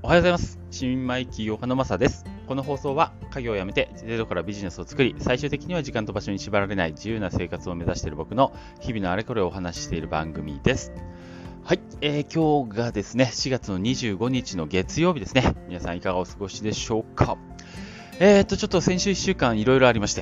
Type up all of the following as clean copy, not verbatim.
おはようございます。新米起業家のマサです。この放送は家業を辞めてゼロからビジネスを作り、最終的には時間と場所に縛られない自由な生活を目指している僕の日々のあれこれをお話ししている番組です。はい、今日がですね、4月の25日の月曜日ですね。皆さんいかがお過ごしでしょうか。ちょっと先週1週間いろいろありまして、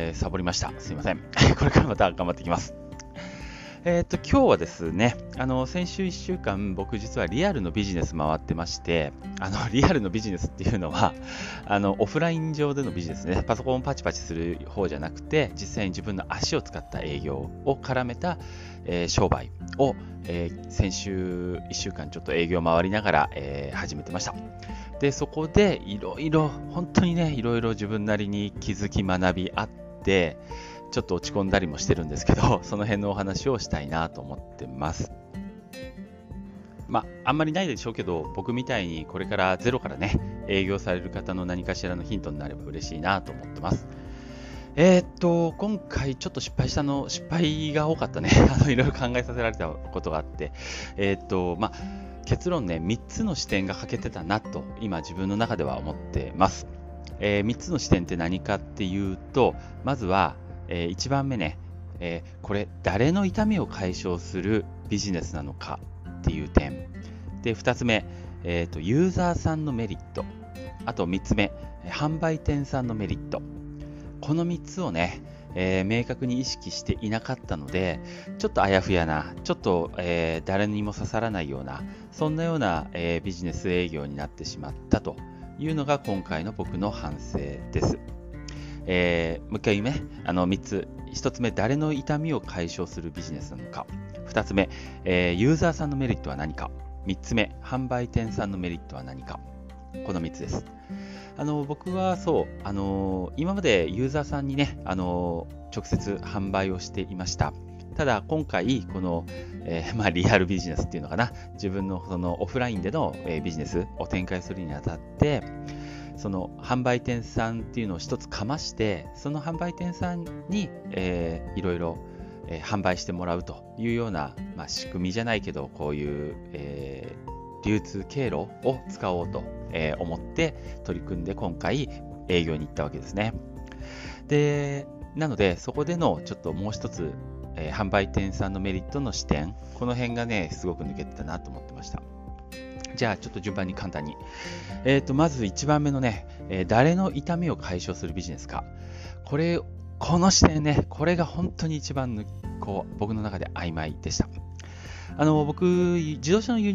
サボりました。すいません。これからまた頑張っていきます。今日はですね、先週1週間僕実はリアルのビジネス回ってまして、リアルのビジネスっていうのは、オフライン上でのビジネスね、パソコンをパチパチする方じゃなくて、実際に自分の足を使った営業を絡めた、商売を、先週1週間ちょっと営業回りながら、始めてました。で、そこで本当にね、いろいろ自分なりに気づき学びあって、ちょっと落ち込んだりもしてるんですけど、その辺のお話をしたいなと思ってます。あんまりないでしょうけど、僕みたいにこれからゼロからね、営業される方の何かしらのヒントになれば嬉しいなと思ってます。今回ちょっと失敗が多かったね。いろいろ考えさせられたことがあって、結論ね、3つの視点が欠けてたなと、今自分の中では思ってます。3つの視点って何かっていうと、まずは、1番目ね、これ誰の痛みを解消するビジネスなのかっていう点で、2つ目、ユーザーさんのメリット、あと3つ目、販売店さんのメリット。この3つをね、明確に意識していなかったので、ちょっとあやふやな、ちょっと、誰にも刺さらないような、そんなような、ビジネス営業になってしまったというのが今回の僕の反省です。もう一回言うね、3つ。1つ目、誰の痛みを解消するビジネスなのか。2つ目、ユーザーさんのメリットは何か。3つ目、販売店さんのメリットは何か。この3つです。僕はそう、今までユーザーさんにね、直接販売をしていました。ただ今回この、リアルビジネスっていうのかな、自分のそのオフラインでの、ビジネスを展開するにあたって、その販売店さんっていうのを一つかまして、その販売店さんに、いろいろ、販売してもらうというような、仕組みじゃないけど、こういう、流通経路を使おうと、思って取り組んで今回営業に行ったわけですね。で、なのでそこでのちょっともう一つ、販売店さんのメリットの視点、この辺がねすごく抜けてたなと思ってました。じゃあちょっと順番に簡単に、まず1番目のね、誰の痛みを解消するビジネスか。この視点ね、これが本当に一番僕の中で曖昧でした。僕、自動車の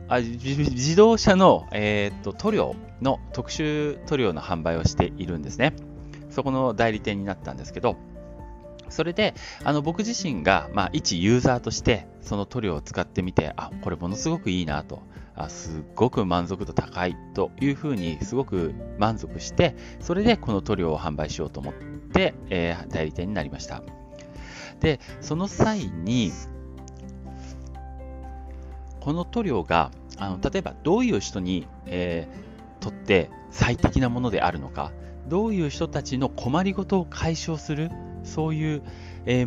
塗料の特殊塗料の販売をしているんですね。そこの代理店になったんですけど、それで僕自身が、一ユーザーとしてその塗料を使ってみて、これものすごくいいなと、すっごく満足度高いというふうにすごく満足して、それでこの塗料を販売しようと思って、代理店になりました。で、その際にこの塗料が例えばどういう人に、とって最適なものであるのか、どういう人たちの困りごとを解消する、そういう、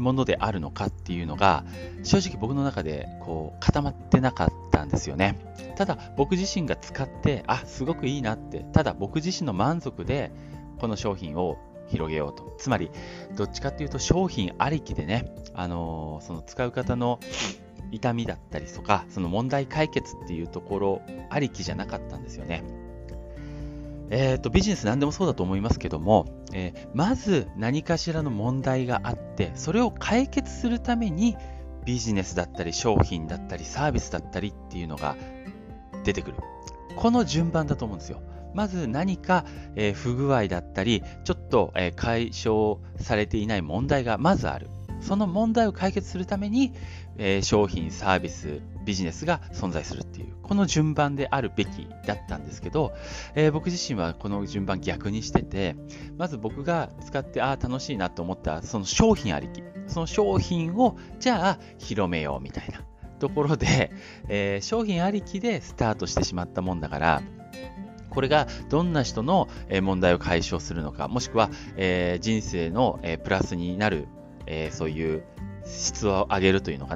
ものであるのかっていうのが正直僕の中で固まってなかったんですよね。ただ僕自身が使ってすごくいいなって、ただ僕自身の満足でこの商品を広げようと。つまりどっちかっていうと商品ありきでね、その使う方の痛みだったりとか、その問題解決っていうところありきじゃなかったんですよね。ビジネス何でもそうだと思いますけども、まず何かしらの問題があって、それを解決するためにビジネスだったり商品だったりサービスだったりっていうのが出てくる。この順番だと思うんですよ。まず何か、不具合だったり、ちょっと、解消されていない問題がまずある。その問題を解決するために、商品、サービス、ビジネスが存在するっていう、この順番であるべきだったんですけど、僕自身はこの順番逆にしてて、まず僕が使って楽しいなと思ったその商品ありき、その商品をじゃあ広めようみたいなところで、商品ありきでスタートしてしまったもんだから、これがどんな人の問題を解消するのか、もしくは人生のプラスになるそういう質を上げるというのかな、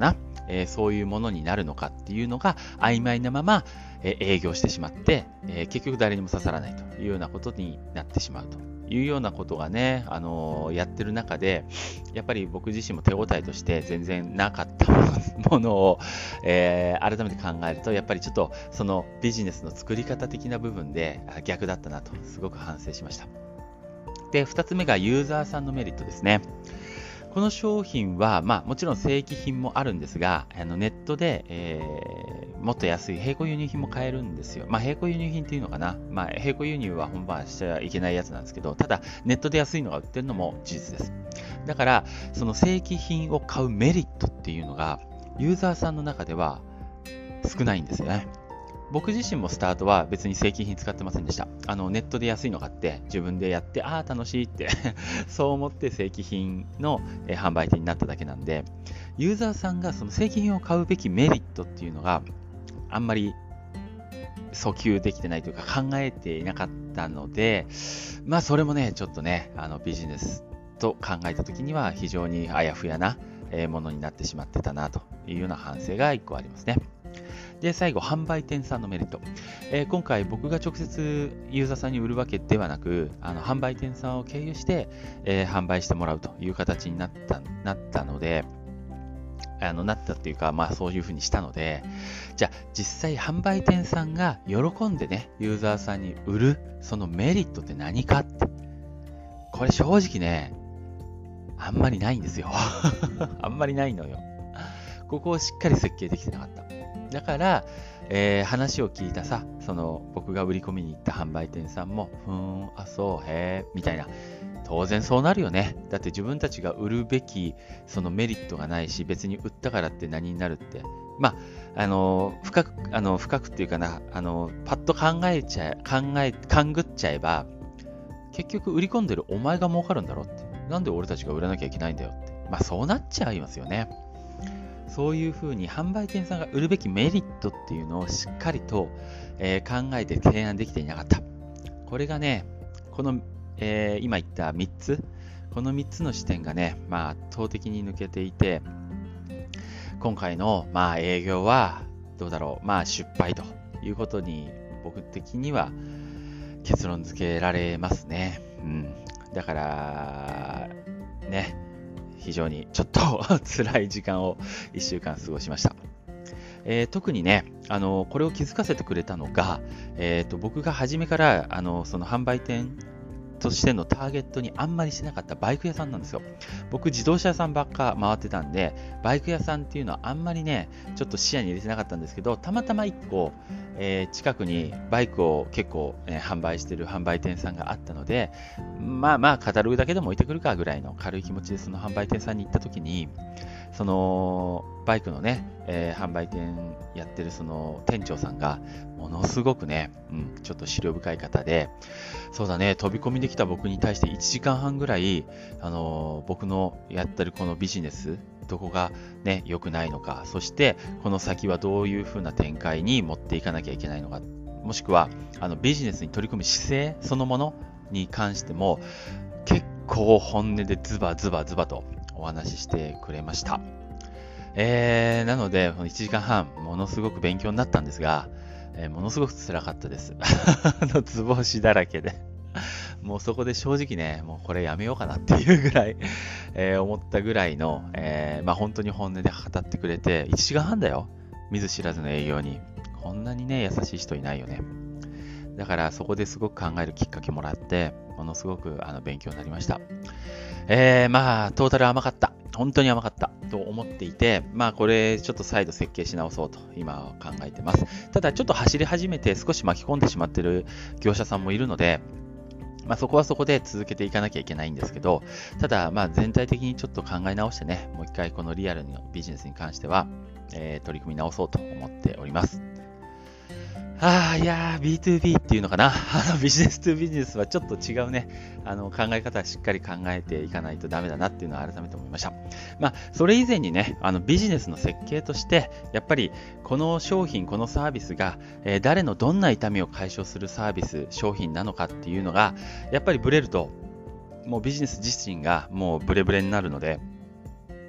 そういうものになるのかっていうのが曖昧なまま、営業してしまって、結局誰にも刺さらないというようなことになってしまうというようなことがね、やってる中で、やっぱり僕自身も手応えとして全然なかったものを、改めて考えると、やっぱりちょっとそのビジネスの作り方的な部分で逆だったなとすごく反省しました。で、2つ目がユーザーさんのメリットですね。この商品は、もちろん正規品もあるんですが、ネットで、もっと安い並行輸入品も買えるんですよ。並行輸入品っていうのかな。並行輸入は本番はしちゃいけないやつなんですけど、ただ、ネットで安いのが売ってるのも事実です。だから、その正規品を買うメリットっていうのが、ユーザーさんの中では少ないんですよね。僕自身もスタートは別に正規品使ってませんでした。ネットで安いの買って自分でやって、楽しいってそう思って正規品の販売店になっただけなんで、ユーザーさんがその正規品を買うべきメリットっていうのがあんまり訴求できてないというか考えていなかったので、それもね、ちょっとね、ビジネスと考えた時には非常にあやふやなものになってしまってたなというような反省が1個ありますね。で、最後、販売店さんのメリット。今回僕が直接ユーザーさんに売るわけではなく、販売店さんを経由して、販売してもらうという形になったので、なったっていうか、そういうふうにしたので、じゃあ実際販売店さんが喜んでね、ユーザーさんに売る、そのメリットって何かって、これ正直ね、あんまりないんですよ。あんまりないのよ。ここをしっかり設計できてなかった。だから、話を聞いたさ、その僕が売り込みに行った販売店さんも、そう、みたいな。当然そうなるよね。だって自分たちが売るべきそのメリットがないし、別に売ったからって何になるって。深くっていうかな、パッと勘ぐっちゃえば、結局売り込んでるお前が儲かるんだろって。なんで俺たちが売らなきゃいけないんだよって。そうなっちゃいますよね。そういうふうに販売店さんが売るべきメリットっていうのをしっかりと、考えて提案できていなかった。これがね、この、今言った3つ、この3つの視点がね、圧倒的に抜けていて、今回の、営業はどうだろう、失敗ということに僕的には結論付けられますね。だからね、非常にちょっと辛い時間を1週間過ごしました。特にね、これを気づかせてくれたのが、僕が初めからその販売店としてのターゲットにあんまりしてなかったバイク屋さんなんですよ。僕自動車屋さんばっか回ってたんで、バイク屋さんっていうのはあんまりね、ちょっと視野に入れてなかったんですけど、たまたま1個、近くにバイクを結構、販売してる販売店さんがあったので、カタログだけでも置いてくるかぐらいの軽い気持ちでその販売店さんに行った時に、そのバイクのね、販売店やってるその店長さんがものすごくね、ちょっと思慮深い方で、そうだね、飛び込みできた僕に対して1時間半ぐらい、僕のやってるこのビジネス、どこがね、良くないのか、そしてこの先はどういう風な展開に持っていかなきゃいけないのか、もしくはビジネスに取り組む姿勢そのものに関しても結構本音でズバズバとお話ししてくれました。なので、1時間半、ものすごく勉強になったんですが、ものすごく辛かったです。図星だらけで。もうそこで正直ね、もうこれやめようかなっていうぐらい、思ったぐらいの、本当に本音で語ってくれて、1時間半だよ。見ず知らずの営業に。こんなにね、優しい人いないよね。だからそこですごく考えるきっかけもらって、ものすごく勉強になりました。トータル甘かった。本当に甘かったと思っていて、これちょっと再度設計し直そうと今は考えてます。ただちょっと走り始めて少し巻き込んでしまっている業者さんもいるので、そこはそこで続けていかなきゃいけないんですけど、ただ全体的にちょっと考え直してね、もう一回このリアルのビジネスに関しては、取り組み直そうと思っております。B2B っていうのかな。ビジネス2ビジネスはちょっと違うね。考え方はしっかり考えていかないとダメだなっていうのは改めて思いました。それ以前にね、ビジネスの設計として、やっぱりこの商品、このサービスが、誰のどんな痛みを解消するサービス、商品なのかっていうのが、やっぱりブレると、もうビジネス自身がもうブレブレになるので、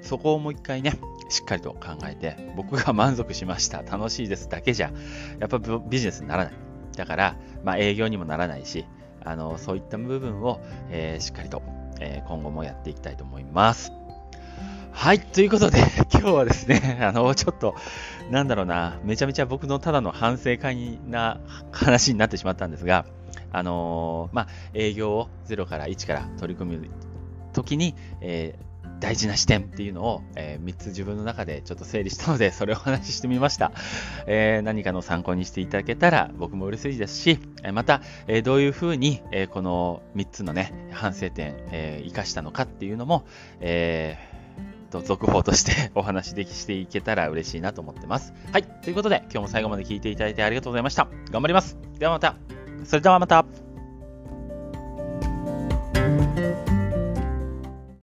そこをもう一回ね、しっかりと考えて、僕が満足しました、楽しいですだけじゃ、やっぱビジネスにならない。だから、営業にもならないし、そういった部分を、しっかりと、今後もやっていきたいと思います。はい、ということで、今日はですね、ちょっと、めちゃめちゃ僕のただの反省会な話になってしまったんですが、営業を0から1から取り組むときに、大事な視点っていうのを、3つ自分の中でちょっと整理したので、それをお話ししてみました。何かの参考にしていただけたら僕も嬉しいですし、また、どういうふうに、この3つのね、反省点、生かしたのかっていうのも、続報としてお話していけたら嬉しいなと思ってます。はい。ということで、今日も最後まで聞いていただいてありがとうございました。頑張ります。ではまた。それではまた。